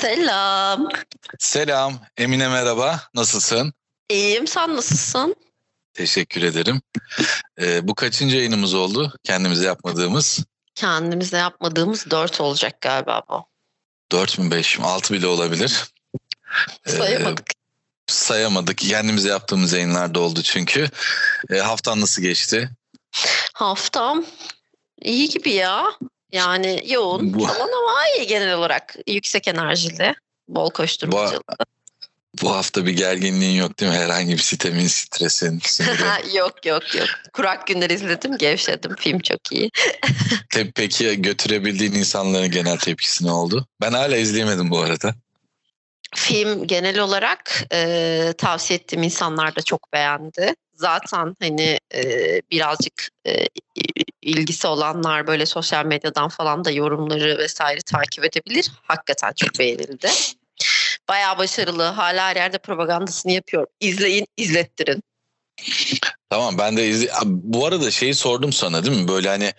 Selam. Selam, Emine merhaba. Nasılsın? İyiyim, sen nasılsın? Teşekkür ederim. Bu kaçıncı yayınımız oldu? Kendimize yapmadığımız. Kendimize yapmadığımız 4 olacak galiba bu. 4 mü 5 mi 6 bile olabilir. Sayamadık. Sayamadık. Kendimize yaptığımız yayınlar da oldu çünkü. Haftan nasıl geçti? Haftam iyi gibi ya. Yani yoğun falan ama iyi genel olarak. Yüksek enerjili, bol koşturmacalı. Bu hafta bir gerginliğin yok değil mi? Herhangi bir sitemin, stresin, sinirin. Yok. Kurak Günler izledim, gevşedim. Film çok iyi. Peki götürebildiğin insanların genel tepkisi ne oldu? Ben hala izleyemedim bu arada. Film genel olarak tavsiye ettiğim insanlar da çok beğendi. Zaten hani birazcık ilgisi olanlar böyle sosyal medyadan falan da yorumları vesaire takip edebilir. Hakikaten çok beğenildi. Bayağı başarılı. Hala her yerde propagandasını yapıyor. İzleyin, izlettirin. Tamam ben de bu arada şeyi sordum sana değil mi? Böyle hani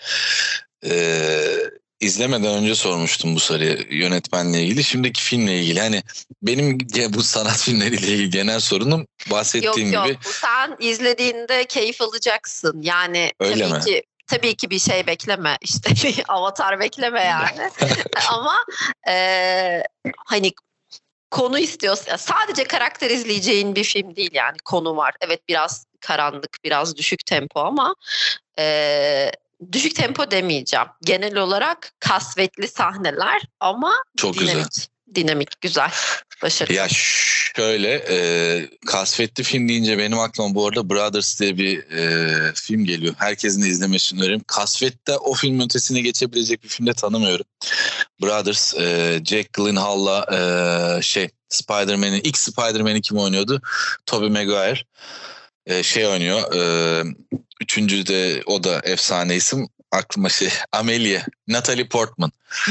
izlemeden önce sormuştum bu soruyu yönetmenle ilgili. Şimdiki filmle ilgili hani benim bu sanat filmleriyle ilgili genel sorunum bahsettiğim gibi. Yok sen izlediğinde keyif alacaksın. Yani öyle mi? Tabii ki bir şey bekleme. İşte bir Avatar bekleme yani. Ama hani konu istiyorsun. Sadece karakter izleyeceğin bir film değil yani. Konu var. Evet biraz karanlık, biraz düşük tempo ama düşük tempo demeyeceğim. Genel olarak kasvetli sahneler ama çok dinamik, güzel, başarılı. Ya şöyle kasvetli film deyince benim aklıma bu arada Brothers diye bir film geliyor. Herkesin de izlemesini öneririm. Kasvette o film ötesine geçebilecek bir filmde tanımıyorum. Brothers, Jack Gyllenhaal'la Spider-Man'in ilk Spider-Man'i kim oynuyordu? Tobey Maguire. Oynuyor. Üçüncü de o da efsane isim. Aklıma Amelie, Natalie Portman.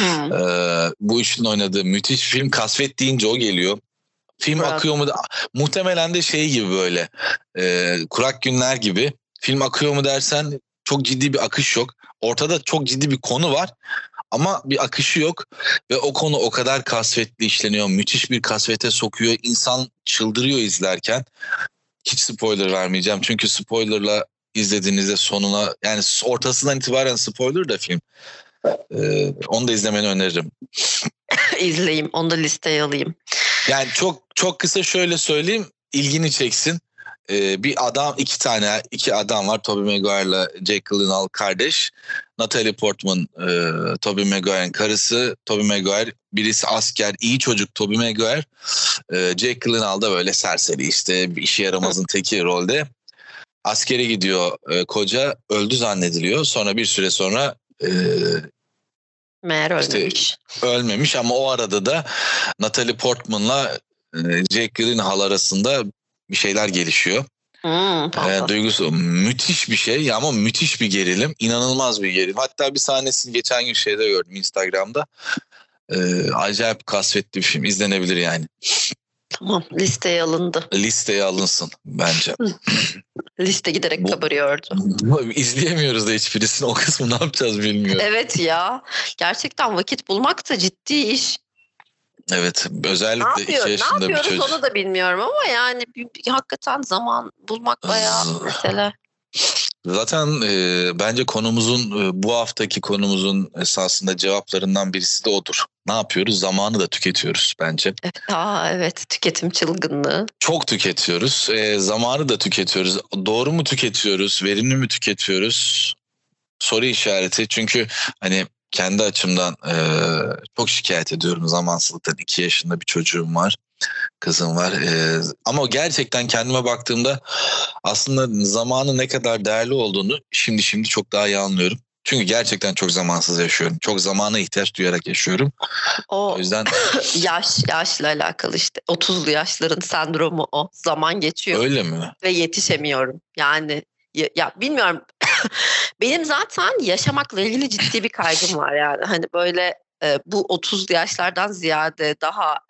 Bu üçlünün oynadığı müthiş film. Kasvet deyince o geliyor. Film akıyor mu? Muhtemelen de şey gibi böyle Kurak Günler gibi. Film akıyor mu dersen çok ciddi bir akış yok. Ortada çok ciddi bir konu var. Ama bir akışı yok ve o konu o kadar kasvetli işleniyor. Müthiş bir kasvete sokuyor. İnsan çıldırıyor izlerken. Hiç spoiler vermeyeceğim. Çünkü spoilerla izlediğinizde sonuna yani ortasından itibaren spoiler da film. Onu da izlemeni öneririm. İzleyeyim. Onu da listeye alayım. Yani çok kısa şöyle söyleyeyim. İlgini çeksin. Bir adam iki adam var. Tobey Maguire'la Jake Gyllenhaal kardeş. Natalie Portman Tobey Maguire'ın karısı. Tobey Maguire birisi asker iyi çocuk Tobey Maguire. Jake Gyllenhaal da böyle serseri işte bir işe yaramazın teki rolde. Askere gidiyor koca öldü zannediliyor. Sonra bir süre sonra meğer ölmemiş. Ölmemiş ama o arada da Natalie Portman'la Jake Gyllenhaal arasında bir şeyler gelişiyor. Duygusu müthiş bir şey ama müthiş bir gerilim. İnanılmaz bir gerilim. Hatta bir sahnesini geçen gün şeyde gördüm Instagram'da. Acayip kasvetli bir film. İzlenebilir yani. Tamam listeye alındı. Listeye alınsın bence. Liste giderek kabarıyordu. İzleyemiyoruz da hiçbirisini. O kısmı ne yapacağız bilmiyorum. Evet ya. Gerçekten vakit bulmak da ciddi iş. Evet. Özellikle 2 yaşında bir çocuk. Onu da bilmiyorum ama yani hakikaten zaman bulmak bayağı mesele. Zaten bence bu haftaki konumuzun esasında cevaplarından birisi de odur. Ne yapıyoruz? Zamanı da tüketiyoruz bence. Evet, tüketim çılgınlığı. Çok tüketiyoruz. Zamanı da tüketiyoruz. Doğru mu tüketiyoruz? Verimli mi tüketiyoruz? Soru işareti. Çünkü hani kendi açımdan çok şikayet ediyorum zamansızlıktan. 2 yaşında bir çocuğum var. Kızım var. Ama gerçekten kendime baktığımda aslında zamanın ne kadar değerli olduğunu şimdi çok daha iyi anlıyorum. Çünkü gerçekten çok zamansız yaşıyorum. Çok zamana ihtiyaç duyarak yaşıyorum. O yüzden yaşla alakalı işte 30'lu yaşların sendromu o. Zaman geçiyor. Öyle mi? Ve yetişemiyorum. Yani ya bilmiyorum. Benim zaten yaşamakla ilgili ciddi bir kaygım var yani. Hani böyle bu 30'lu yaşlardan ziyade daha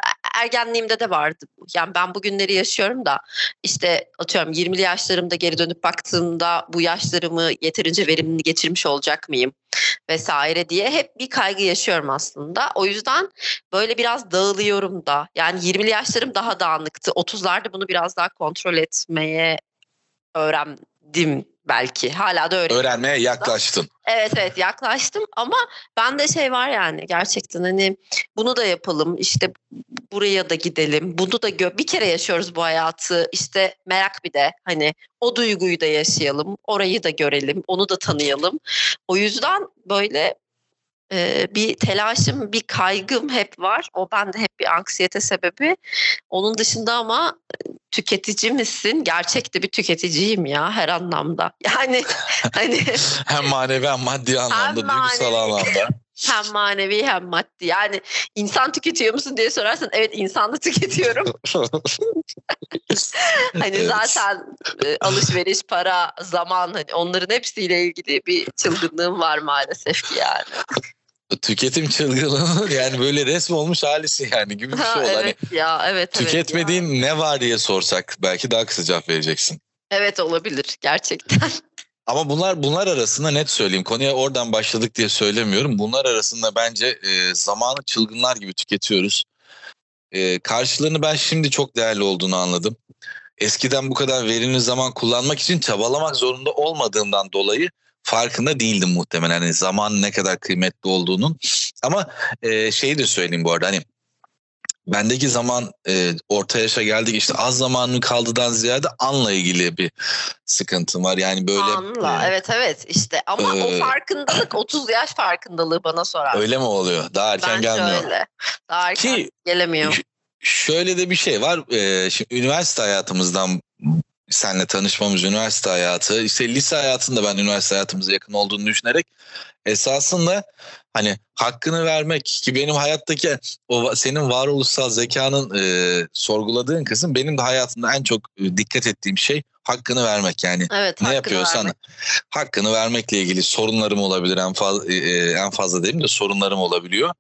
ergenliğimde de vardı bu. Yani ben bugünleri yaşıyorum da işte atıyorum 20'li yaşlarımda geri dönüp baktığımda bu yaşlarımı yeterince verimli geçirmiş olacak mıyım vesaire diye hep bir kaygı yaşıyorum aslında. O yüzden böyle biraz dağılıyorum da. Yani 20'li yaşlarım daha dağınıktı. 30'larda bunu biraz daha kontrol etmeye öğrendim belki. Hala da öğreniyorum. Öğrenmeye yaklaştın. Evet yaklaştım ama bende şey var yani gerçekten hani bunu da yapalım işte buraya da gidelim bunu da bir kere yaşıyoruz bu hayatı işte merak bir de hani o duyguyu da yaşayalım orayı da görelim onu da tanıyalım. O yüzden böyle bir telaşım, bir kaygım hep var. O bende hep bir anksiyete sebebi. Onun dışında ama tüketici misin? Gerçekte bir tüketiciyim ya her anlamda. Yani hani hem manevi hem maddi anlamda, duygusal anlamda. Hem manevi hem maddi. Yani insan tüketiyor musun diye sorarsan evet insan da tüketiyorum. Hani evet. Zaten alışveriş, para, zaman hani onların hepsiyle ilgili bir çılgınlığım var maalesef ki yani. Tüketim çılgınlığı yani böyle resmi olmuş halisi yani gibi bir şey oldu. Evet hani ya evet. Tüketmediğin ya. Ne var diye sorsak belki daha kısa cevap vereceksin. Evet olabilir gerçekten. Ama bunlar arasında net söyleyeyim. Konuya oradan başladık diye söylemiyorum. Bunlar arasında bence zamanı çılgınlar gibi tüketiyoruz. Karşılığını ben şimdi çok değerli olduğunu anladım. Eskiden bu kadar verimli zaman kullanmak için çabalamak zorunda olmadığımdan dolayı farkında değildim muhtemelen. Hani zamanın ne kadar kıymetli olduğunun. Ama şeyi de söyleyeyim bu arada hani bendeki zaman orta yaşa geldik işte az zamanım kaldıdan ziyade anla ilgili bir sıkıntım var. Yani böyle anla evet işte ama o farkındalık 30 yaş farkındalığı bana sorar. Öyle mi oluyor? Daha erken bence gelmiyor. Öyle. Daha erken Ki, gelemiyor. Şöyle de bir şey var. Şimdi üniversite hayatımızdan seninle tanışmamız üniversite hayatı. İşte lise hayatında ben üniversite hayatımıza yakın olduğunu düşünerek esasında hani hakkını vermek ki benim hayattaki o senin varoluşsal zekanın sorguladığın kısım benim de hayatımda en çok dikkat ettiğim şey hakkını vermek yani. Evet, ne yapıyorsan hakkını vermekle ilgili sorunlarım olabilir en fazla demeyeyim de sorunlarım olabiliyor.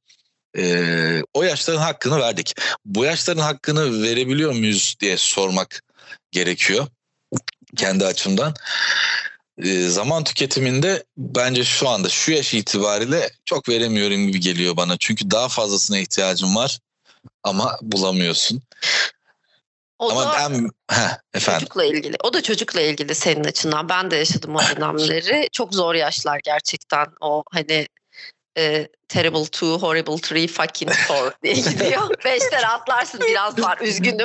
O yaşların hakkını verdik. Bu yaşların hakkını verebiliyor muyuz diye sormak gerekiyor kendi açımdan. Zaman tüketiminde bence şu anda şu yaş itibariyle çok veremiyorum gibi geliyor bana. Çünkü daha fazlasına ihtiyacım var ama bulamıyorsun. Efendim. Çocukla ilgili. O da çocukla ilgili senin açından. Ben de yaşadım o dönemleri. Çok zor yaşlar gerçekten. O hani terrible 2, horrible 3, fucking 4 diye gidiyor. 5'ten atlarsın biraz var. Üzgünüm.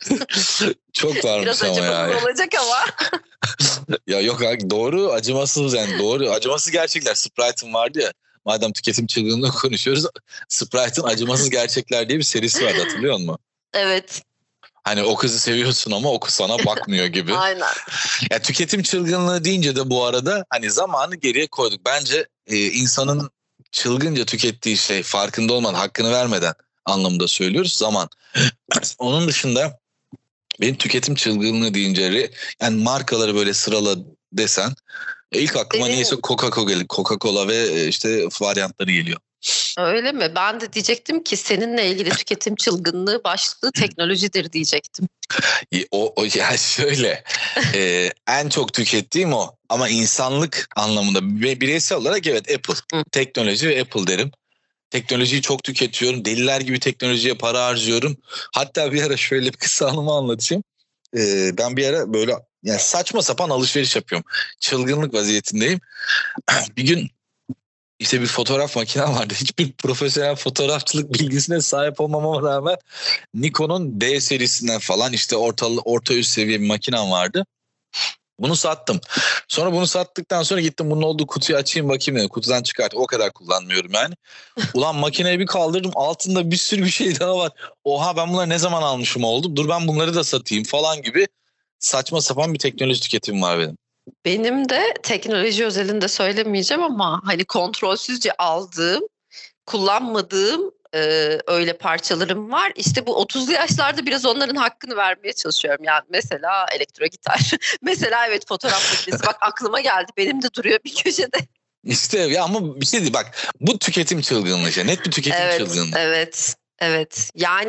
Çok varmış biraz ama acımasız yani. olacak ama. Ya yok doğru acımasız yani doğru. Acımasız gerçekler. Sprite'ın vardı ya. Madem tüketim çılgınlığı konuşuyoruz. Sprite'ın Acımasız Gerçekler diye bir serisi vardı hatırlıyor musun? Evet. Hani o kızı seviyorsun ama o kız sana bakmıyor gibi. Aynen. Ya tüketim çılgınlığı deyince de bu arada hani zamanı geriye koyduk. Bence insanın çılgınca tükettiği şey farkında olmadan hakkını vermeden anlamında söylüyoruz zaman. Onun dışında benim tüketim çılgınlığı deyince yani markaları böyle sırala desen ilk aklıma neyse Coca-Cola ve işte varyantları geliyor. Öyle mi? Ben de diyecektim ki seninle ilgili tüketim çılgınlığı başlığı teknolojidir diyecektim. O yani şöyle en çok tükettiğim o ama insanlık anlamında bireysel olarak evet Apple. Teknoloji ve Apple derim. Teknolojiyi çok tüketiyorum. Deliler gibi teknolojiye para harcıyorum. Hatta bir ara şöyle bir kısa anımı anlatayım. Ben bir ara böyle yani saçma sapan alışveriş yapıyorum. Çılgınlık vaziyetindeyim. Bir gün işte bir fotoğraf makinem vardı. Hiçbir profesyonel fotoğrafçılık bilgisine sahip olmama rağmen Nikon'un D serisinden falan işte orta üst seviye bir makinem vardı. Bunu sattım. Sonra bunu sattıktan sonra gittim bunun olduğu kutuyu açayım bakayım dedim. Kutudan çıkart. O kadar kullanmıyorum yani. Ulan makineyi bir kaldırdım. Altında bir sürü bir şey daha var. Oha ben bunları ne zaman almışım oldum. Dur ben bunları da satayım falan gibi saçma sapan bir teknoloji tüketimim var benim. Benim de teknoloji özelinde söylemeyeceğim ama hani kontrolsüzce aldığım, kullanmadığım öyle parçalarım var. İşte bu 30'lu yaşlarda biraz onların hakkını vermeye çalışıyorum. Yani mesela elektro gitar. Mesela evet fotoğraf makinesi. Bak aklıma geldi. Benim de duruyor bir köşede. İşte ya ama bir şey değil bak bu tüketim çılgınlığı. Net bir tüketim çılgınlığı. Evet. Yani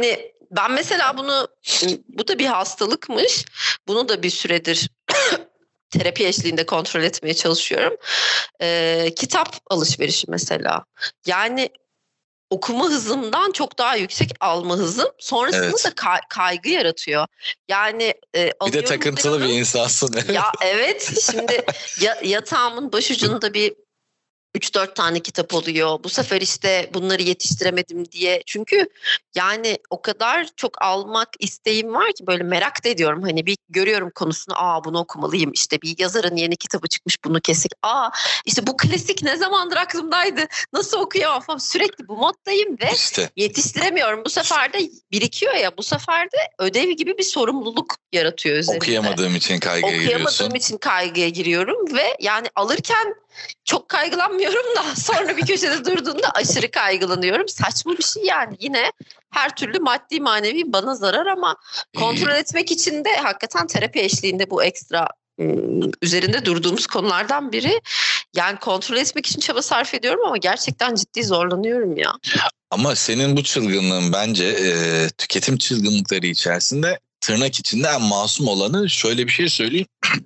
Ben mesela bu da bir hastalıkmış. Bunu da bir süredir terapi eşliğinde kontrol etmeye çalışıyorum. Kitap alışverişi mesela. Yani okuma hızımdan çok daha yüksek alma hızım. Sonrasında da kaygı yaratıyor. Yani bir de takıntılı bir insansın. Ya evet, şimdi yatağımın başucunda bir 3-4 tane kitap oluyor. Bu sefer işte bunları yetiştiremedim diye. Çünkü yani o kadar çok almak isteğim var ki, böyle merak da ediyorum. Hani bir görüyorum konusunu. Bunu okumalıyım. İşte bir yazarın yeni kitabı çıkmış, bunu kesik. İşte bu klasik ne zamandır aklımdaydı. Nasıl okuyamam falan. Sürekli bu moddayım ve yetiştiremiyorum. Bu sefer de birikiyor ya. Bu sefer de ödev gibi bir sorumluluk yaratıyor üzerimde. Okuyamadığım için kaygıya giriyorum ve yani alırken çok kaygılanmıyorum da sonra bir köşede durduğunda aşırı kaygılanıyorum. Saçma bir şey yani. Yine her türlü maddi manevi bana zarar ama kontrol etmek için de hakikaten terapi eşliğinde bu ekstra üzerinde durduğumuz konulardan biri. Yani kontrol etmek için çaba sarf ediyorum ama gerçekten ciddi zorlanıyorum ya. Ama senin bu çılgınlığın bence tüketim çılgınlıkları içerisinde tırnak içinde en masum olanı, şöyle bir şey söyleyeyim.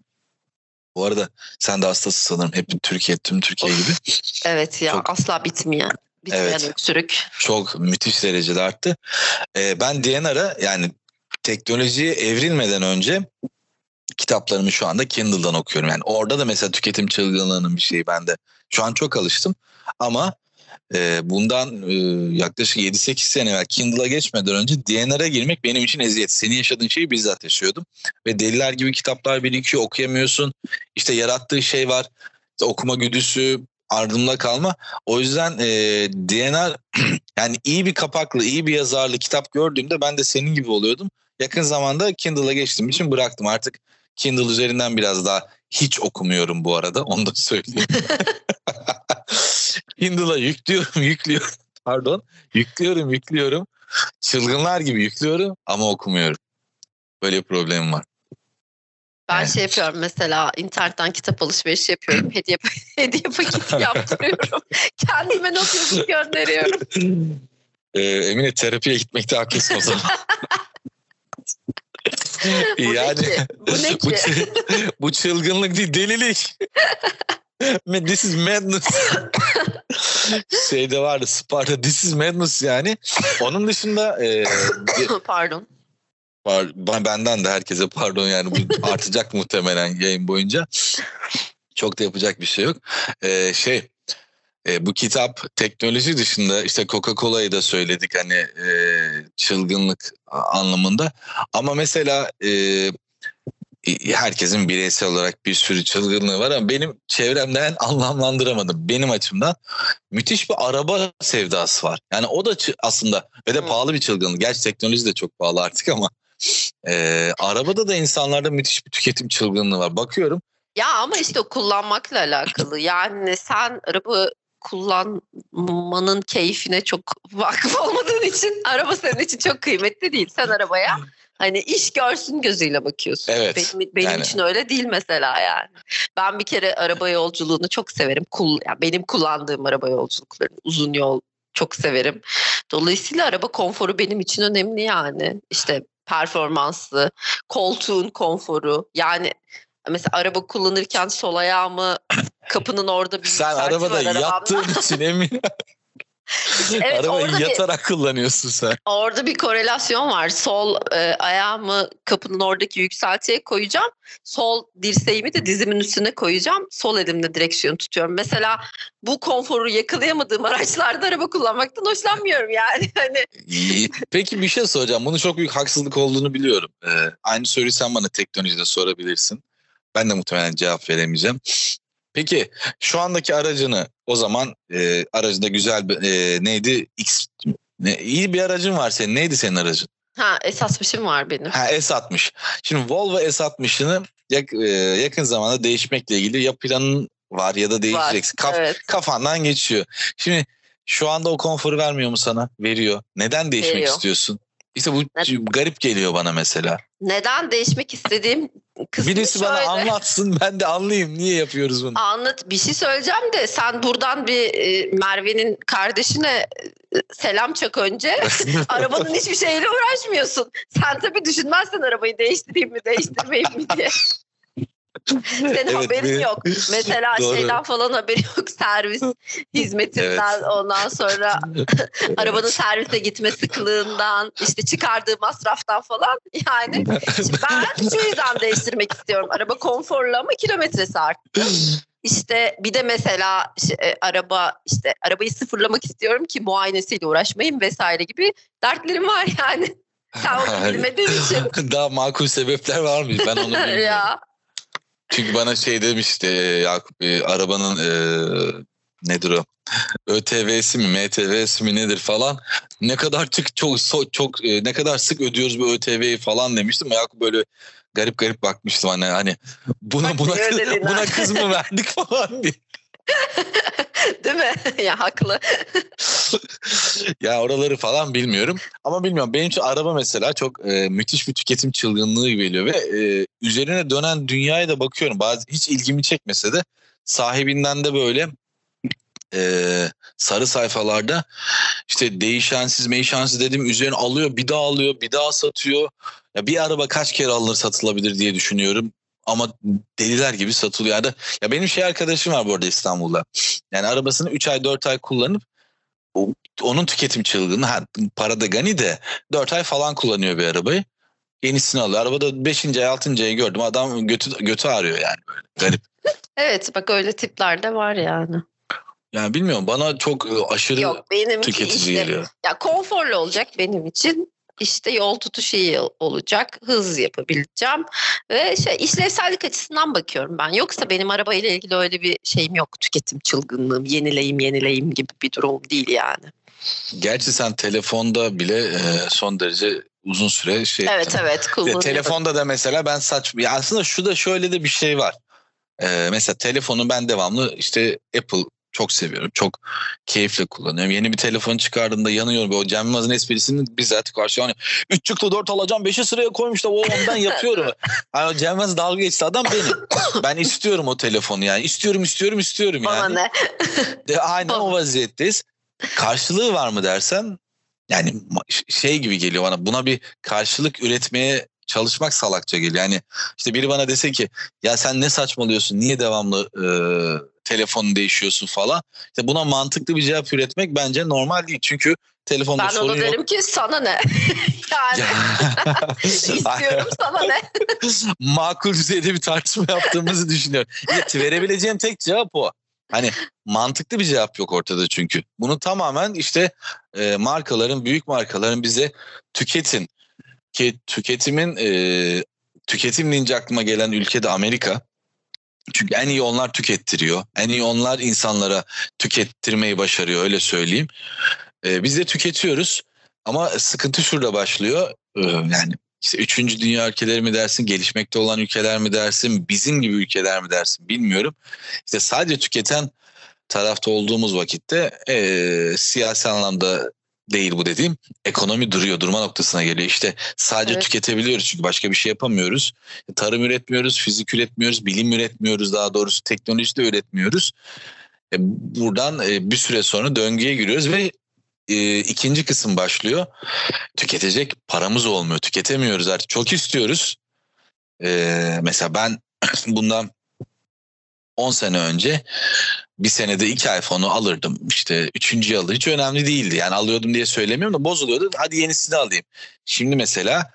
Bu arada sen de hastasın sanırım. Hep tüm Türkiye gibi. Evet ya, asla bitmeyen öksürük. Çok müthiş derecede arttı. Ben DNR'a, yani teknolojiye evrilmeden önce kitaplarımı şu anda Kindle'dan okuyorum. Yani orada da mesela tüketim çılgınlığının bir şeyi bende. Şu an çok alıştım ama bundan yaklaşık 7-8 sene evvel Kindle'a geçmeden önce DNR'a girmek benim için eziyet. Senin yaşadığın şeyi bizzat yaşıyordum. Ve deliler gibi kitaplar birikiyor, okuyamıyorsun. İşte yarattığı şey var. İşte okuma güdüsü, ardımda kalma. O yüzden DNR yani iyi bir kapaklı, iyi bir yazarlı kitap gördüğümde ben de senin gibi oluyordum. Yakın zamanda Kindle'a geçtiğim için bıraktım. Artık Kindle üzerinden biraz daha hiç okumuyorum bu arada. Onu da söyleyeyim. Kindle'a yüklüyorum. Pardon. Yüklüyorum. Çılgınlar gibi yüklüyorum ama okumuyorum. Böyle bir problemim var. Ben şey yapıyorum mesela, internetten kitap alışverişi yapıyorum. Hediye paketi yaptırıyorum. Kendime not yazıp gönderiyorum. Emine, terapiye gitmekte haklısın o zaman. Bu ne ki? Bu çılgınlık değil, delilik. This is madness. Şeyde vardı, Sparta, this is madness yani. Onun dışında pardon. Benden de herkese pardon, yani bu artacak muhtemelen yayın boyunca. Çok da yapacak bir şey yok. Bu kitap teknoloji dışında, işte Coca-Cola'yı da söyledik hani çılgınlık anlamında. Ama mesela herkesin bireysel olarak bir sürü çılgınlığı var ama benim çevremden anlamlandıramadım. Benim açımdan müthiş bir araba sevdası var. Yani o da aslında ve de pahalı bir çılgınlık. Gerçi teknoloji de çok pahalı artık ama arabada da insanlarda müthiş bir tüketim çılgınlığı var. Bakıyorum. Ya ama işte o kullanmakla alakalı. Yani sen araba kullanmanın keyfine çok vakıf olmadığın için araba senin için çok kıymetli değil. Sen arabaya hani iş görsün gözüyle bakıyorsun. Evet. Benim için öyle değil mesela yani. Ben bir kere araba yolculuğunu çok severim. Yani benim kullandığım araba yolculuklarını, uzun yol çok severim. Dolayısıyla araba konforu benim için önemli yani. İşte performansı, koltuğun konforu. Yani mesela araba kullanırken sol ayağımı kapının orada bir sen arabada yattığın için emin. Evet, arabayı yatarak kullanıyorsun sen. Orada bir korelasyon var. Sol ayağımı kapının oradaki yükseltiye koyacağım. Sol dirseğimi de dizimin üstüne koyacağım. Sol elimle direksiyonu tutuyorum. Mesela bu konforu yakalayamadığım araçlarda araba kullanmaktan hoşlanmıyorum yani. Hani. Peki bir şey soracağım. Bunun çok büyük haksızlık olduğunu biliyorum. Aynı soruyu sen bana teknolojide sorabilirsin. Ben de muhtemelen cevap veremeyeceğim. Peki şu andaki aracını, o zaman aracında güzel neydi? İyi bir aracın var senin. Neydi senin aracın? S60'ım var benim. S60. Şimdi Volvo S60'ını yakın zamanda değişmekle ilgili ya planın var ya da değişeceksin. Evet. Kafandan geçiyor. Şimdi şu anda o konforu vermiyor mu sana? Veriyor. Neden değişmek istiyorsun? İşte bu garip geliyor bana mesela. Neden değişmek istediğim kısmı birisi şöyle. Bana anlatsın, ben de anlayayım niye yapıyoruz bunu. Bir şey söyleyeceğim de sen buradan bir Merve'nin kardeşine selam çok önce. Arabanın hiçbir şeyle uğraşmıyorsun. Sen tabii düşünmezsen arabayı değiştireyim mi değiştirmeyeyim mi diye. Senin haberin yok. Mesela şeyden falan haberi yok. Servis hizmetinden, ondan sonra arabanın servise gitme sıklığından, işte çıkardığı masraftan falan. Yani ben şu yüzden değiştirmek istiyorum. Araba konforlu ama kilometresi arttı. İşte bir de mesela arabayı sıfırlamak istiyorum ki muayenesiyle uğraşmayayım vesaire gibi dertlerim var yani. Sen onu bilmediğin için. Daha makul sebepler var mı? Ben onu bilmiyorum. Ya. Çünkü bana şey demişti Yakup, arabanın nedir o? ÖTV'si mi, MTV'si mi nedir falan. Ne kadar çok ne kadar sık ödüyoruz bu ÖTV'yi falan demiştim. Yakup böyle garip garip bakmıştım hani buna kız mı verdik falan diye. Değil mi? Ya haklı. Ya oraları falan bilmiyorum. Ama bilmiyorum. Benim için araba mesela çok müthiş bir tüketim çılgınlığı geliyor ve üzerine dönen dünyaya da bakıyorum. Hiç ilgimi çekmese de sahibinden de böyle sarı sayfalarda işte değişensiz meyşansiz dedim, üzerine alıyor, bir daha alıyor, bir daha satıyor. Ya bir araba kaç kere alınır satılabilir diye düşünüyorum. Ama deliler gibi satılıyor. Ya benim arkadaşım var bu arada İstanbul'da. Yani arabasını 3 ay 4 ay kullanıp onun tüketim çılgını, para da gani de 4 ay falan kullanıyor bir arabayı. Yenisini alıyor. Arabada 5. ay 6. ayı gördüm. Adam götü ağrıyor yani böyle. Garip. Evet bak öyle tipler de var yani. Yani bilmiyorum, bana çok aşırı tüketici geliyor. Ya konforlu olacak benim için. İşte yol tutuşu iyi olacak. Hız yapabileceğim. Ve işlevsellik açısından bakıyorum ben. Yoksa benim arabayla ilgili öyle bir şeyim yok. Tüketim çılgınlığım, yenileyim gibi bir durum değil yani. Gerçi sen telefonda bile son derece uzun süre Evet kullanıyorum. Telefonda da mesela ben aslında şöyle de bir şey var. Mesela telefonu ben devamlı işte Apple çok seviyorum. Çok keyifle kullanıyorum. Yeni bir telefon çıkardığımda yanıyorum. O Cem Yılmaz'ın esprisini bizzat karşı. Hani 3 çıktı 4 alacağım 5'i sıraya koymuşlar. Ondan yapıyorum. Yani Cem Yılmaz dalga geçti adam benim. Ben istiyorum o telefonu yani. İstiyorum Bana yani. ne? Aynen o vaziyetteyiz. Karşılığı var mı dersen yani şey gibi geliyor bana. Buna bir karşılık üretmeye çalışmak salakça geliyor. Yani işte biri bana dese ki ya sen ne saçmalıyorsun, niye devamlı telefonun değişiyorsun falan. İşte buna mantıklı bir cevap üretmek bence normal değil. Çünkü telefonda sorun yok. Ben ona derim ki sana ne? Yani istiyorum, sana ne? Makul düzeyde bir tartışma yaptığımızı düşünüyorum. Verebileceğim tek cevap o. Hani mantıklı bir cevap yok ortada çünkü. Bunu tamamen işte büyük markaların bize tüketin ki tüketim deyince aklıma gelen ülke de Amerika. Çünkü en iyi onlar tükettiriyor. En iyi onlar insanlara tükettirmeyi başarıyor, öyle söyleyeyim. Biz de tüketiyoruz ama sıkıntı şurada başlıyor. Yani işte 3. dünya ülkeleri mi dersin, gelişmekte olan ülkeler mi dersin, bizim gibi ülkeler mi dersin bilmiyorum. İşte sadece tüketen tarafta olduğumuz vakitte siyasi anlamda değil bu dediğim, ekonomi durma noktasına geliyor. İşte sadece tüketebiliyoruz çünkü başka bir şey yapamıyoruz. Tarım üretmiyoruz, fizik üretmiyoruz, bilim üretmiyoruz, daha doğrusu teknoloji de üretmiyoruz. Buradan bir süre sonra döngüye giriyoruz ve ikinci kısım başlıyor. Tüketecek paramız olmuyor, tüketemiyoruz artık. Çok istiyoruz. Mesela ben bundan 10 sene önce bir senede 2 iPhone'u alırdım. İşte 3. yılı hiç önemli değildi. Yani alıyordum diye söylemiyorum da bozuluyordu. Hadi yenisini alayım. Şimdi mesela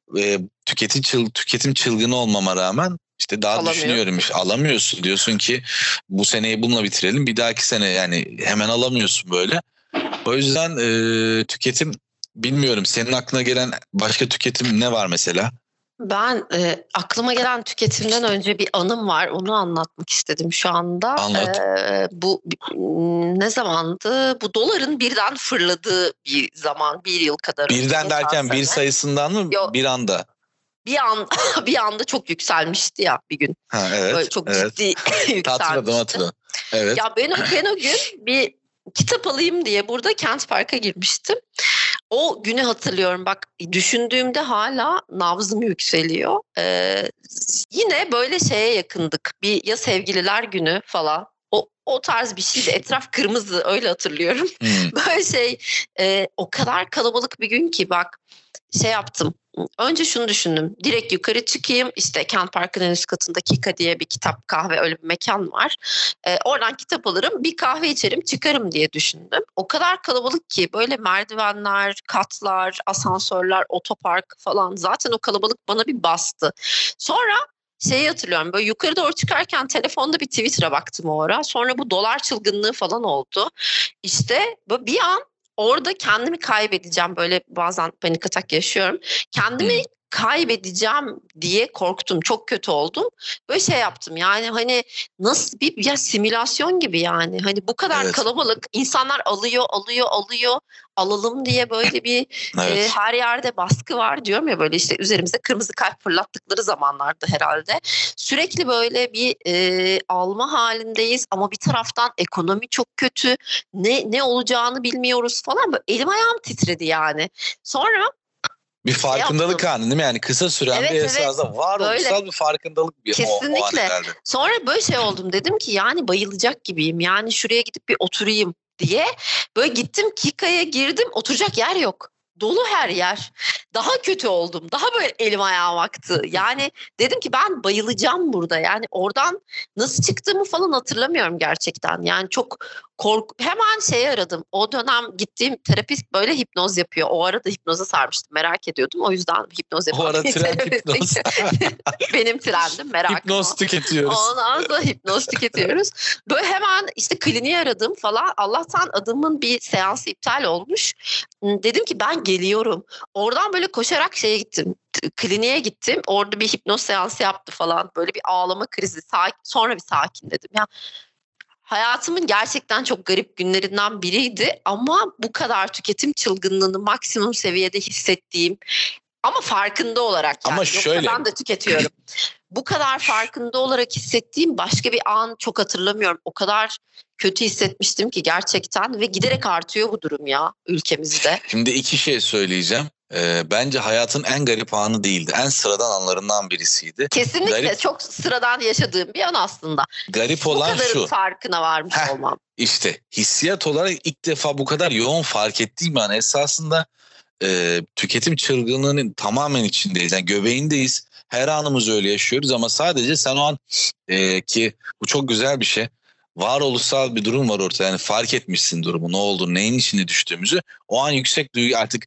tüketim çılgını olmama rağmen işte daha düşünüyorum. İşte alamıyorsun, diyorsun ki bu seneyi bununla bitirelim. Bir dahaki sene yani hemen alamıyorsun böyle. O yüzden tüketim, bilmiyorum, senin aklına gelen başka tüketim ne var mesela? Ben aklıma gelen tüketimden önce bir anım var. Onu anlatmak istedim şu anda. Anlat. Bu ne zamandı? Bu doların birden fırladığı bir zaman, bir yıl kadar. Birden derken bir sayısından mı? Yok. Bir anda. Bir anda çok yükselmişti ya bir gün. Ha, evet. Böyle çok ciddi yükselmişti. Hatırladım. Evet. Ya ben o gün bir kitap alayım diye burada Kent Park'a girmiştim. O günü hatırlıyorum, bak düşündüğümde hala nabzım yükseliyor. Yine böyle şeye yakındık, bir ya sevgililer günü falan O tarz bir şeydi. Etraf kırmızı, öyle hatırlıyorum. Böyle o kadar kalabalık bir gün ki bak şey yaptım. Önce şunu düşündüm. Direkt yukarı çıkayım. İşte Kent Park'ın en üst katında Kika diye bir kitap, kahve, öyle bir mekan var. Oradan kitap alırım, bir kahve içerim, çıkarım diye düşündüm. O kadar kalabalık ki böyle merdivenler, katlar, asansörler, otopark falan. Zaten o kalabalık bana bir bastı. Sonra şeyi hatırlıyorum, böyle yukarı doğru çıkarken telefonda bir Twitter'a baktım o ara. Sonra bu dolar çılgınlığı falan oldu. İşte böyle bir an orada kendimi kaybedeceğim, böyle bazen panik atak yaşıyorum. Kendimi kaybedeceğim diye korktum. Çok kötü oldum. Böyle şey yaptım yani, hani nasıl bir ya simülasyon gibi yani. Hani bu kadar kalabalık insanlar alıyor alalım diye böyle bir her yerde baskı var diyorum ya, böyle işte üzerimize kırmızı kalp fırlattıkları zamanlarda herhalde. Sürekli böyle bir alma halindeyiz ama bir taraftan ekonomi çok kötü. Ne olacağını bilmiyoruz falan. Böyle elim ayağım titredi yani. Sonra bir farkındalık anı değil mi? Yani kısa süren bir esasında varoluşsal bir farkındalık bir kesinlikle. Sonra böyle şey oldum, dedim ki yani bayılacak gibiyim. Yani şuraya gidip bir oturayım diye. Böyle gittim, Kika'ya girdim, oturacak yer yok. Dolu her yer. Daha kötü oldum. Daha böyle elim ayağım aktı. Yani dedim ki ben bayılacağım burada. Yani oradan nasıl çıktığımı falan hatırlamıyorum gerçekten. Yani çok hemen şey aradım. O dönem gittiğim terapist böyle hipnoz yapıyor. O arada hipnoza sarmıştım. Merak ediyordum. O yüzden hipnoz yapıyor. O ara trend hipnoz. Benim trendim, merakım. Hipnoz tüketiyoruz. Ondan sonra hipnoz tüketiyoruz. Böyle hemen işte kliniği aradım falan. Allah'tan adamın bir seansı iptal olmuş. Dedim ki ben geliyorum. Oradan böyle koşarak şeye gittim. Kliniğe gittim. Orada bir hipnoz seansı yaptı falan. Böyle bir ağlama krizi. Sonra bir sakin dedim. Ya hayatımın gerçekten çok garip günlerinden biriydi ama bu kadar tüketim çılgınlığını maksimum seviyede hissettiğim, ama farkında olarak yani. Ama şöyle. Yoksa ben de tüketiyorum. Bu kadar farkında olarak hissettiğim başka bir an çok hatırlamıyorum. O kadar kötü hissetmiştim ki gerçekten, ve giderek artıyor bu durum ya ülkemizde. Şimdi iki şey söyleyeceğim. Bence hayatın en garip anı değildi. En sıradan anlarından birisiydi. Kesinlikle çok sıradan yaşadığım bir an aslında. Garip olan şu. Bu kadarın şu. farkına varmış olmam. İşte hissiyat olarak ilk defa bu kadar yoğun fark ettiğim an esasında tüketim çılgınlığının tamamen içindeyiz. Yani göbeğindeyiz. Her anımızı öyle yaşıyoruz ama sadece sen o an ki bu çok güzel bir şey. Varoluşsal bir durum var ortada. Yani fark etmişsin durumu, ne olduğunu, neyin içine düştüğümüzü. O an yüksek duygu, artık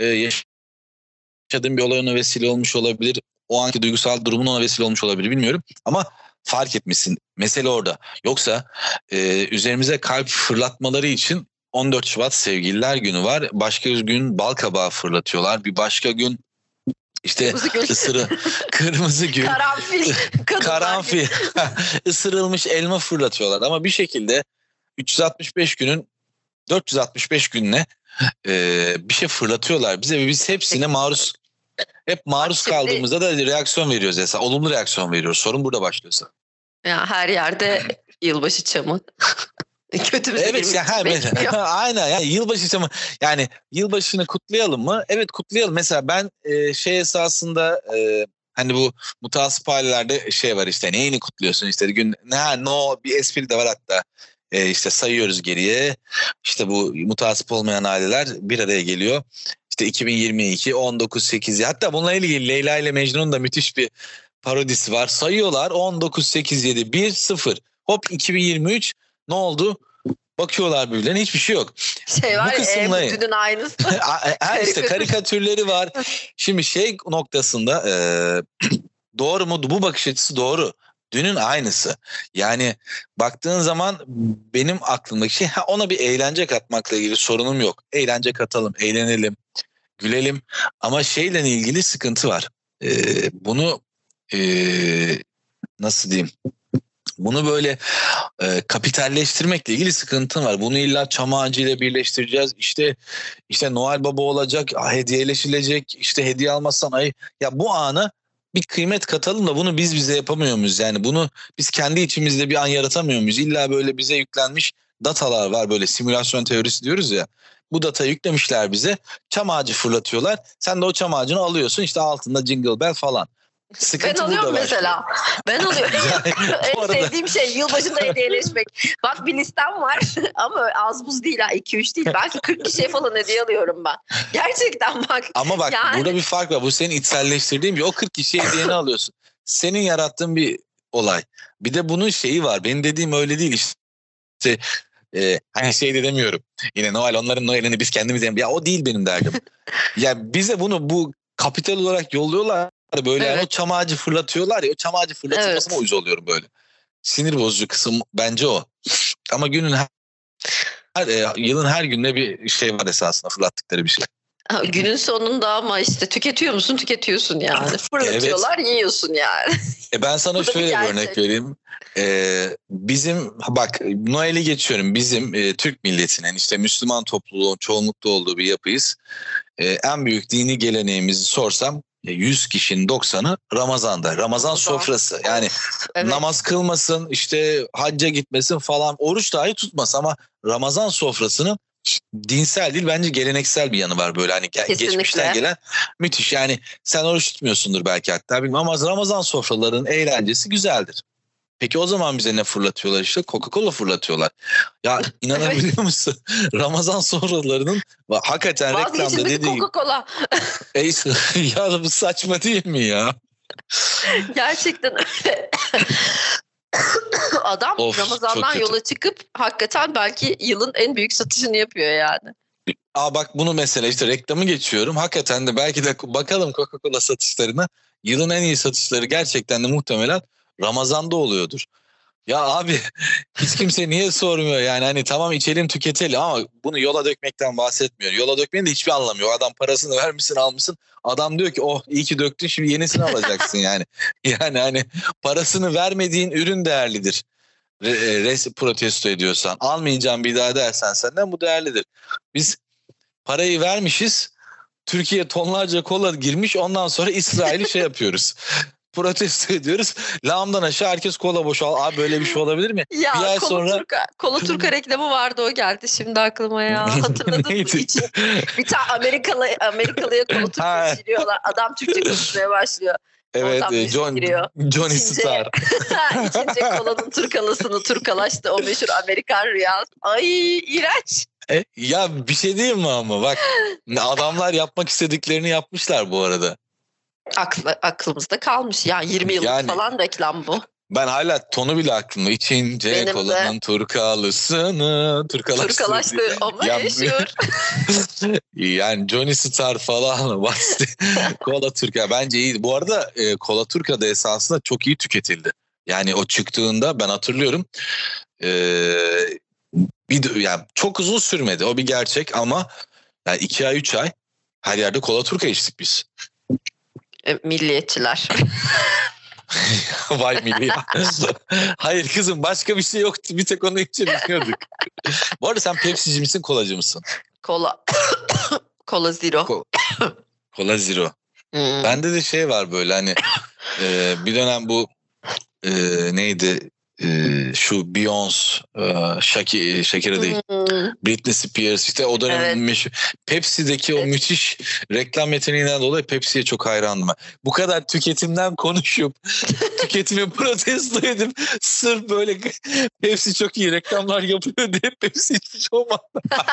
yaşadığın bir olay ona vesile olmuş olabilir. O anki duygusal durumun ona vesile olmuş olabilir, bilmiyorum. Ama fark etmişsin. Mesele orada. Yoksa üzerimize kalp fırlatmaları için 14 Şubat Sevgililer Günü var. Başka gün balkabağı fırlatıyorlar. Bir başka gün işte kırmızı gül, karanfil, ısırılmış elma fırlatıyorlar. Ama bir şekilde 365 günün 465 gününe bir şey fırlatıyorlar bize ve biz hepsine maruz kaldığımızda da reaksiyon veriyoruz. Mesela olumlu reaksiyon veriyoruz. Sorun burada başlıyorsa. Ya her yerde yılbaşı çamı. Kötü bir evet ya, aynen yani yılbaşı çamı, yani yılbaşını kutlayalım mı? Evet, kutlayalım. Mesela ben esasında hani bu mutasip ailelerde şey var, işte neyini kutluyorsun, işte gün bir espri de var hatta. İşte sayıyoruz geriye, işte bu mutasip olmayan aileler bir araya geliyor. İşte 2022 19.8, hatta bununla ilgili Leyla ile Mecnun'un da müthiş bir parodisi var. Sayıyorlar 19.8.7 1 0. Hop 2023 ne oldu? Bakıyorlar birbirlerine, hiçbir şey yok. Şey var ya, bütünün aynısı. İşte karikatürleri var. Şimdi şey noktasında doğru mu? Bu bakış açısı doğru. Dünün aynısı. Yani baktığın zaman benim aklımdaki şey, ona bir eğlence katmakla ilgili sorunum yok. Eğlence katalım, eğlenelim, gülelim. Ama şeyle ilgili sıkıntı var. Bunu nasıl diyeyim? Bunu böyle kapitalleştirmekle ilgili sıkıntı var. Bunu illa çam ağacıyla birleştireceğiz. İşte Noel Baba olacak, hediyeleşilecek. İşte hediye almazsan ya bu anı bir kıymet katalım da bunu biz bize yapamıyor muyuz? Yani bunu biz kendi içimizde bir an yaratamıyor muyuz? İlla böyle bize yüklenmiş datalar var, böyle simülasyon teorisi diyoruz ya. Bu datayı yüklemişler bize. Çam ağacı fırlatıyorlar. Sen de o çam ağacını alıyorsun, işte altında jingle bell falan. Ben Sıkıntı alıyorum burada başlıyor. mesela. Ben alıyorum. Yani En bu arada sevdiğim şey yılbaşında hediyeleşmek. Bak bir listem var ama az buz değil ha, 2-3 değil. Belki 40 kişiye falan hediye alıyorum ben. Gerçekten bak. ama bak Yani burada bir fark var. Bu senin içselleştirdiğin bir, o 40 kişiye hediyeni alıyorsun. Senin yarattığın bir olay. Bir de bunun şeyi var. Benim dediğim öyle değil işte. Hani şey de demiyorum. Yine Noel, onların Noel'ini biz kendimiz ya o değil benim derdim. Ya bize bunu bu kapital olarak yolluyorlar böyle, yani o evet. çam ağacı fırlatıyorlar ya, o çam ağacı fırlatılmasına Evet. uyuz oluyorum böyle. Sinir bozucu kısım bence o. Ama yılın her günde bir şey var esasında, fırlattıkları bir şey. Günün sonunda ama işte tüketiyor musun? Tüketiyorsun yani. Evet. Fırlatıyorlar, yiyorsun yani. Ben sana Bu da bir şöyle bir gerçek. örnek vereyim. Bizim bak, Noel'i geçiyorum. Bizim Türk milletinin işte Müslüman topluluğun çoğunlukta olduğu bir yapıyız. En büyük dini geleneğimizi sorsam 100 kişinin 90'ı Ramazan'da. Ramazan sofrası. Yani Evet. namaz kılmasın, işte hacca gitmesin falan, oruç dahi tutmaz ama Ramazan sofrasının dinsel değil, bence geleneksel bir yanı var böyle, hani geçmişten gelen müthiş. Yani sen oruç tutmuyorsundur belki, hatta bilmem, ama Ramazan sofralarının eğlencesi güzeldir. Peki o zaman bize ne fırlatıyorlar işte? Coca-Cola fırlatıyorlar. Ya inanabiliyor musun? Ramazan sofralarının hakikaten reklamda Vazgeçilmesi dediği gibi. Coca-Cola. Ya bu saçma değil mi ya? Gerçekten öyle. Adam Of, çok Ramazan'dan kötü. yola çıkıp hakikaten belki yılın en büyük satışını yapıyor yani. Bak bunu mesela işte reklamı geçiyorum. Hakikaten de belki de bakalım Coca-Cola satışlarına. Yılın en iyi satışları gerçekten de muhtemelen Ramazan'da oluyordur. Ya abi hiç kimse niye sormuyor yani, hani tamam içelim tüketelim ama bunu yola dökmekten bahsetmiyor. Yola dökmenin de hiçbir anlamı yok. Adam parasını vermişsin, almışsın. Adam diyor ki oh iyi ki döktün, şimdi yenisini alacaksın yani. Yani hani parasını vermediğin ürün değerlidir. Protesto ediyorsan, almayacağım bir daha dersen senden bu değerlidir. Biz parayı vermişiz. Türkiye tonlarca kola girmiş, ondan sonra İsrail'i şey yapıyoruz. Protesto ediyoruz. Lağımdan aşağı herkes kola boşal. Abi böyle bir şey olabilir mi? Ya Bir ay sonra Kola Turka reklamı vardı, o geldi şimdi aklıma ya. Hatırladın mı? neydi? Bir tane Amerikalıya Kola Turka şişiriyorlar. Adam Türkçe konuşmaya başlıyor. Evet, Oradan birisi giriyor. Johnny İçince- Star. İçince kolanın turkalısını turkalaştı, o meşhur Amerikan rüyası. Ay iğrenç. Ya bir şey diyeyim mi ama bak, adamlar yapmak istediklerini yapmışlar bu arada. Aklımızda kalmış. Ya 20 yıllık Yani- falan reklam bu. Ben hala tonu bile aklımda. İçince Benim de. kolanın turkalaştı. Turkalaştı o meşhur. Yani Johnny Star falan Kola Turka bence iyi. Bu arada Kola Turka da esasında çok iyi tüketildi. Yani o çıktığında ben hatırlıyorum. Yani çok uzun sürmedi, o bir gerçek, ama yani 2 ay 3 ay her yerde Kola Turka içtik biz. Milliyetçiler. Vay milli ya. Hayır kızım, başka bir şey yoktu, bir tek onu içebiliyorduk. Bu arada sen Pepsi'ci misin, kolacı mısın? Kola. Kola Zero. Kola Zero. Bende de şey var böyle, hani bir dönem bu neydi, şu Beyoncé, Shakira değil, Britney Spears, işte o dönemin meşhur Pepsi'deki o müthiş reklam yeteneğinden dolayı Pepsi'ye çok hayrandım ben. Bu kadar tüketimden konuşup tüketimi protesto edip sırf böyle Pepsi çok iyi reklamlar yapıyor diye Pepsi hiç olmadı.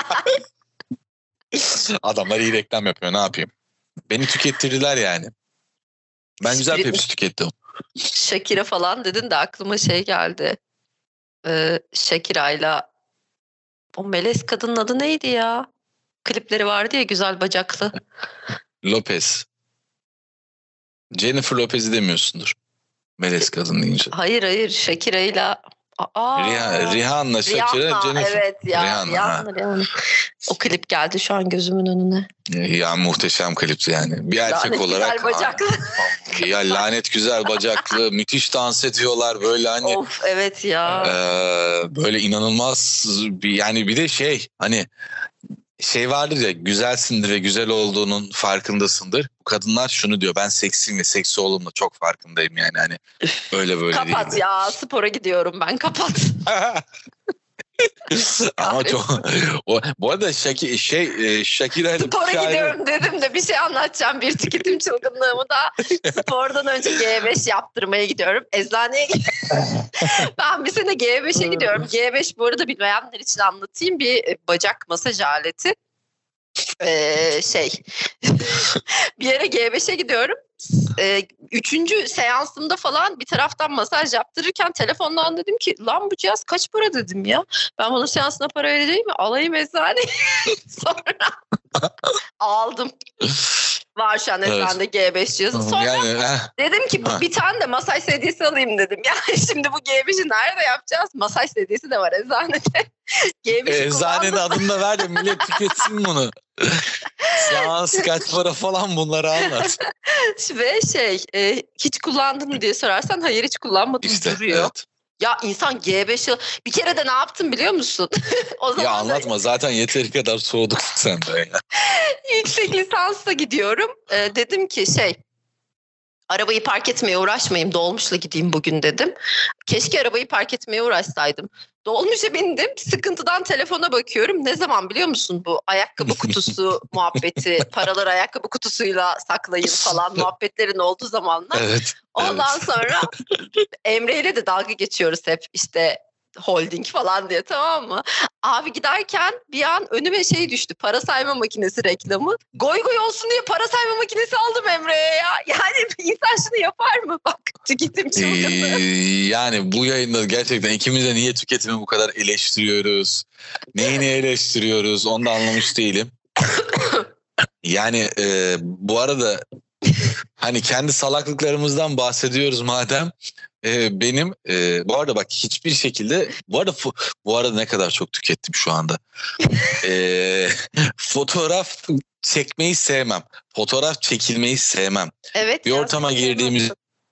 Adamlar iyi reklam yapıyor, ne yapayım? Beni tükettirdiler yani. Ben güzel Pepsi tükettim. Shakira falan dedin de aklıma şey geldi. Shakira'yla o melez kadının adı neydi ya? Klipleri vardı ya, güzel bacaklı. Lopez. Jennifer Lopez'i demiyorsundur. Melez kadın deyince. Hayır Shakira'yla Rihanna, Shakira, Jennifer. Evet ya. Rihanna. O klip geldi şu an gözümün önüne. Ya muhteşem klipti yani. Bir erkek Lanet olarak. güzel bacaklı. Ya lanet güzel bacaklı. Müthiş dans ediyorlar böyle hani. Of evet ya. Böyle inanılmaz yani bir de şey, hani şey vardır ya, güzelsindir ve güzel olduğunun farkındasındır. Bu kadınlar şunu diyor, ben seksiyim ve seksi olduğumda çok farkındayım yani, hani öyle böyle değil. Kapat ya, spora gidiyorum ben, kapat. Ama çok bu arada Shakira ile spora gidiyorum dedim de bir şey anlatacağım, bir tüketim çılgınlığımı da. Spordan önce G5 yaptırmaya gidiyorum. Eczaneye ben bir sene G5'e gidiyorum. G5 bu arada bilmeyenler için anlatayım, bir bacak masaj aleti. Bir yere G5'e gidiyorum. Üçüncü seansımda falan bir taraftan masaj yaptırırken telefondan dedim ki lan bu cihaz kaç para dedim ya. Ben bunun seansına para vereceğim mi? Alayım eczaneye. Sonra aldım. Var şu an eczanede G5 cihazı. Sonra dedim ki bir tane de masaj sedyesi alayım dedim. Yani şimdi bu G5'i nerede yapacağız? Masaj sedyesi de var eczanede. Eczanenin adını da ver de millet tüketsin bunu. Seans kaç para falan, bunları anlat. Ve hiç kullandın mı diye sorarsan hayır hiç kullanmadım işte, duruyor. Evet. Ya insan G5'i bir kere de ne yaptım biliyor musun? O zaman ya anlatma da... zaten yeteri kadar soğuduk senden ya. Yüksek lisansa gidiyorum. Dedim ki arabayı park etmeye uğraşmayayım, dolmuşla gideyim bugün dedim. Keşke arabayı park etmeye uğraşsaydım. Dolmuşa bindim, sıkıntıdan telefona bakıyorum. Ne zaman biliyor musun bu ayakkabı kutusu muhabbeti, paraları ayakkabı kutusuyla saklayın falan muhabbetlerin olduğu zamanlar. Evet. Ondan sonra Emre ile de dalga geçiyoruz hep işte holding falan diye, tamam mı? Abi giderken bir an önüme düştü, para sayma makinesi reklamı. Goy goy olsun diye para sayma makinesi aldım Emre'ye ya. Yani insan şunu yapar mı? Bak tüketim çılgınlığı. Yani bu yayında gerçekten ikimiz de niye tüketimi bu kadar eleştiriyoruz? Neyini eleştiriyoruz? Onu da anlamış değilim. Yani bu arada hani kendi salaklıklarımızdan bahsediyoruz madem. Benim bu arada bak hiçbir şekilde bu arada ne kadar çok tükettim şu anda. Fotoğraf çekmeyi sevmem. Fotoğraf çekilmeyi sevmem. Evet. Bir ortama girdiğimiz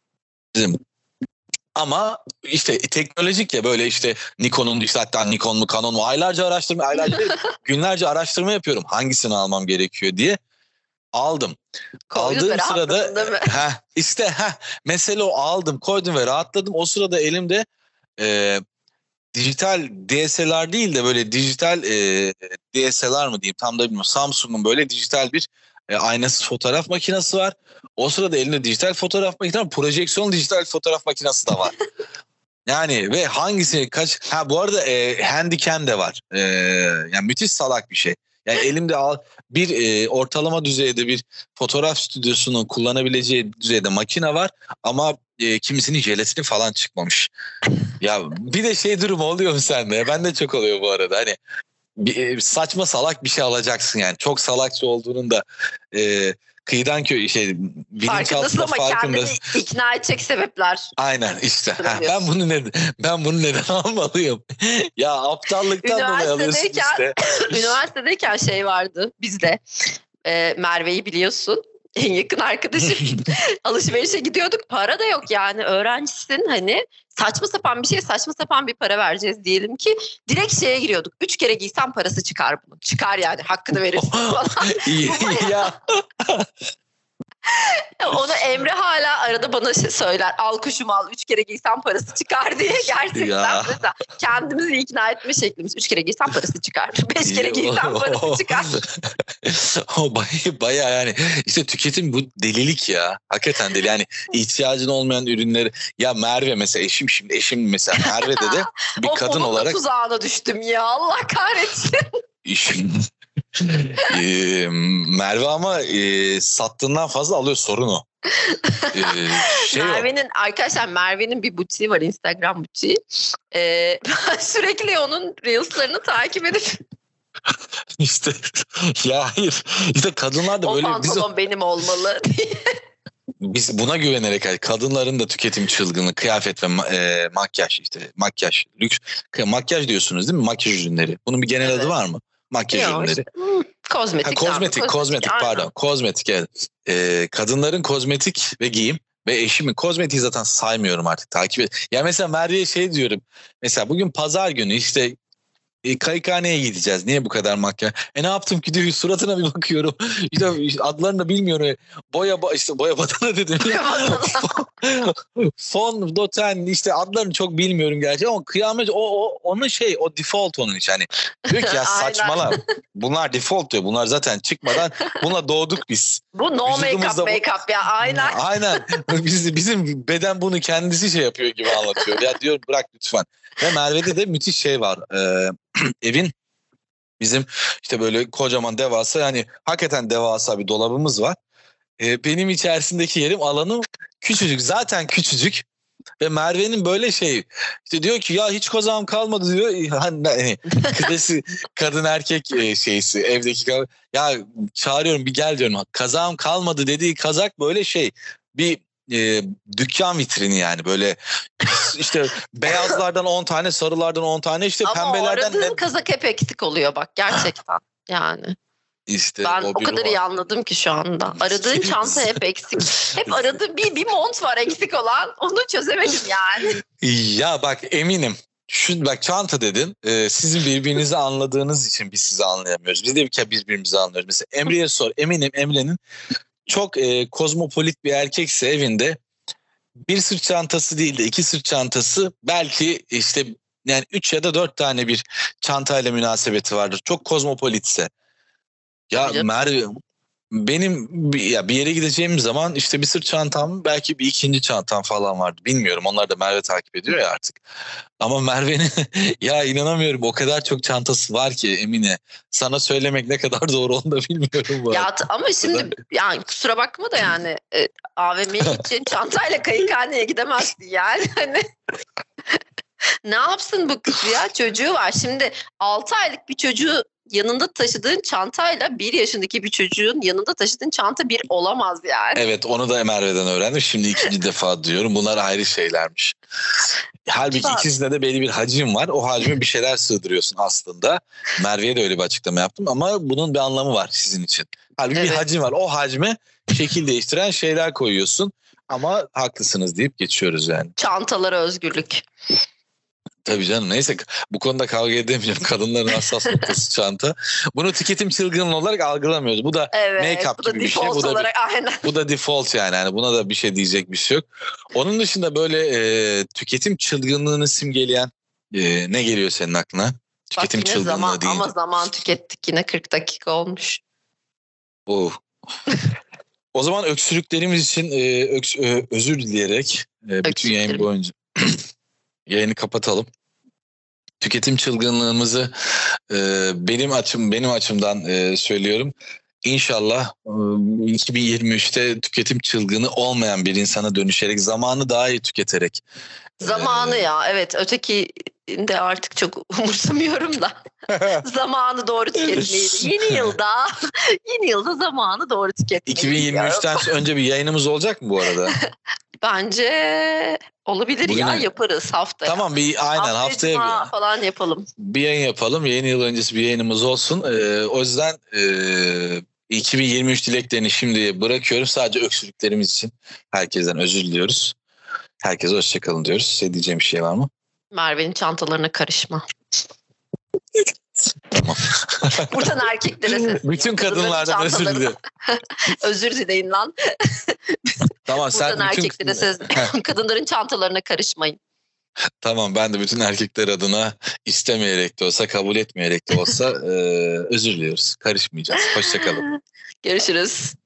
ama işte teknolojik ya, böyle işte Nikon'un işte hatta Nikon mu Canon mu günlerce araştırma yapıyorum hangisini almam gerekiyor diye. Aldım. Aldığım sırada mesele o, aldım, koydum ve rahatladım. O sırada elimde dijital DSLR değil de böyle dijital DSLR mı diyeyim tam da bilmiyorum. Samsung'un böyle dijital bir aynasız fotoğraf makinesi var. O sırada elimde dijital fotoğraf makinesi, projeksiyon dijital fotoğraf makinesi de var. Yani ve hangisi bu arada Handycam de var. Yani müthiş salak bir şey. Yani elimde bir ortalama düzeyde bir fotoğraf stüdyosunun kullanabileceği düzeyde makine var ama kimisinin jelatini falan çıkmamış. Ya bir de durumu oluyor mu sende? Ben de çok oluyor bu arada. Hani saçma salak bir şey alacaksın yani. Çok salakça olduğunun da kıyıdan bilinçaltında ama kendini ikna edecek sebepler. Aynen işte. Ben bunu neden almalıyım? Ya aptallıktan dolayı alıyorsun işte. Üniversitedeyken vardı bizde. Merve'yi biliyorsun. En yakın arkadaşım. Alışverişe gidiyorduk. Para da yok yani. Öğrencisin hani. Saçma sapan bir para vereceğiz diyelim ki. Direkt giriyorduk. 3 kere giysen parası çıkar bunun. Çıkar yani. Hakkını verirsin falan. Ya. Onu Emre hala arada bana söyler. Al kuşum al, 3 kere giysen parası çıkar diye. Gerçekten mesela kendimizi ikna etme şeklimiz. 3 kere giysen parası çıkar. 5 kere giysen parası çıkar. O bayağı yani işte tüketim bu delilik ya. Hakikaten deli. Yani ihtiyacın olmayan ürünleri. Ya Merve mesela eşim mesela Merve'de de bir kadın olarak. Onun tuzağına düştüm ya. Allah kahretsin. Merve ama sattığından fazla alıyor, sorun o. Merve'nin bir butiği var, Instagram butiği. Ben sürekli onun Reels'larını takip edip İşte ya hayır. İşte kadınlar da böyle o pantolon benim olmalı diye. Biz buna güvenerek kadınların da tüketim çılgını, kıyafet ve makyaj, lüks makyaj diyorsunuz değil mi? Makyaj ürünleri. Bunun bir genel adı var mı? Makyaj ürünleri. Kozmetik pardon. Kozmetik evet. Kadınların kozmetik ve giyim ve eşimin kozmetiği zaten saymıyorum artık, takip et. Ya mesela Merve'ye diyorum. Mesela bugün pazar günü işte Kayıkhaneye gideceğiz. Niye bu kadar makyaj? Ne yaptım ki diyor, suratına bir bakıyorum. İşte adlarını da bilmiyorum. Boya badana dedim. Fondöten işte adlarını çok bilmiyorum gerçi ama kıyamet onun o default onun için. Hani diyor ki ya saçmala. Bunlar default diyor. Bunlar zaten çıkmadan bununla doğduk biz. Bu no make-up ya aynen. Aynen. Bizim beden bunu kendisi şey yapıyor gibi anlatıyor. Ya diyor bırak lütfen. Ve Merve'de de müthiş şey var. Evin bizim işte böyle kocaman devasa, yani hakikaten devasa bir dolabımız var. Benim içerisindeki yerim, alanım küçücük. Zaten küçücük. Ve Merve'nin böyle işte diyor ki ya hiç kozağım kalmadı diyor. Hani kızı kadın erkek şeysi evdeki ya çağırıyorum bir gel diyorum. Kazağım kalmadı dediği kazak böyle bir dükkan vitrini yani, böyle işte beyazlardan 10 tane, sarılardan 10 tane, işte ama pembelerden. Ama aradığın kazak hep eksik oluyor bak gerçekten yani. İşte ben o kadar iyi anladım ki şu anda. Aradığın çanta hep eksik. Hep aradığın bir mont var eksik olan. Onu çözemedim yani. Ya bak eminim. Bak çanta dedin. Sizin birbirinizi anladığınız için biz sizi anlayamıyoruz. Biz de birbirimizi anlıyoruz. Mesela Emre'ye sor. Eminim Emre'nin çok kozmopolit bir erkekse evinde bir sırt çantası değil de 2 sırt çantası, belki işte yani 3 ya da 4 tane bir çantayla münasebeti vardır. Çok kozmopolitse. Ya Merve, benim bir yere gideceğim zaman işte bir sırt çantam, belki bir ikinci çantam falan vardı. Bilmiyorum, onlar da Merve takip ediyor ya artık. Ama Merve'nin ya inanamıyorum, o kadar çok çantası var ki Emine. Sana söylemek ne kadar doğru onu da bilmiyorum. Ya ama şimdi yani kusura bakma da yani AVM'ye gideceğin çantayla kayıkhaneye gidemezsin yani. Hani ne yapsın bu kız ya, çocuğu var. Şimdi 6 aylık bir çocuğu yanında taşıdığın çantayla 1 yaşındaki bir çocuğun yanında taşıdığın çanta bir olamaz yani. Evet, onu da Merve'den öğrendim. Şimdi 2. defa diyorum. Bunlar ayrı şeylermiş. Halbuki ikisinde de belli bir hacim var. O hacme bir şeyler sığdırıyorsun aslında. Merve'ye de öyle bir açıklama yaptım ama bunun bir anlamı var sizin için. Halbuki bir hacim var. O hacme şekil değiştiren şeyler koyuyorsun. Ama haklısınız deyip geçiyoruz yani. Çantalara özgürlük. Tabii canım, neyse bu konuda kavga edemeyeceğim. Kadınların hassas noktası çanta. Bunu tüketim çılgınlığı olarak algılamıyoruz. Bu da make-up gibi bir şey. Bu da default yani. Buna da bir şey diyecek bir şey yok. Onun dışında böyle tüketim çılgınlığını simgeleyen ne geliyor senin aklına? Tüketim çılgınlığı deyince. Ama zaman tükettik, yine 40 dakika olmuş. O zaman öksürüklerimiz için özür dileyerek bütün yayın boyunca yayını kapatalım. Tüketim çılgınlığımızı benim açımdan söylüyorum. İnşallah 2023'te tüketim çılgını olmayan bir insana dönüşerek, zamanı daha iyi tüketerek. Zamanı ya evet, öteki de artık çok umursamıyorum da. Zamanı doğru tüketmeyi. Yeni yılda zamanı doğru tüketmeyi. 2023'ten önce bir yayınımız olacak mı bu arada? Bence olabilir. Bugün yaparız haftaya. Tamam, haftaya falan yapalım. Bir yayın yapalım. Yeni yıl öncesi bir yayınımız olsun. O yüzden 2023 dileklerini şimdiye bırakıyorum. Sadece öksürüklerimiz için herkesten özür diliyoruz. Herkese hoşçakalın diyoruz. Size diyeceğim bir şey var mı? Merve'nin çantalarına karışma. Tamam. Buradan erkeklere sesleniyorum. Bütün kadınlardan özür dilerim. Özür dileyin lan. Tamam, buradan erkeklere sesleniyorum. Kadınların çantalarına karışmayın. Tamam, ben de bütün erkekler adına istemeyerek de olsa, kabul etmeyerek de olsa özür diliyoruz. Karışmayacağız. Hoşçakalın. Görüşürüz.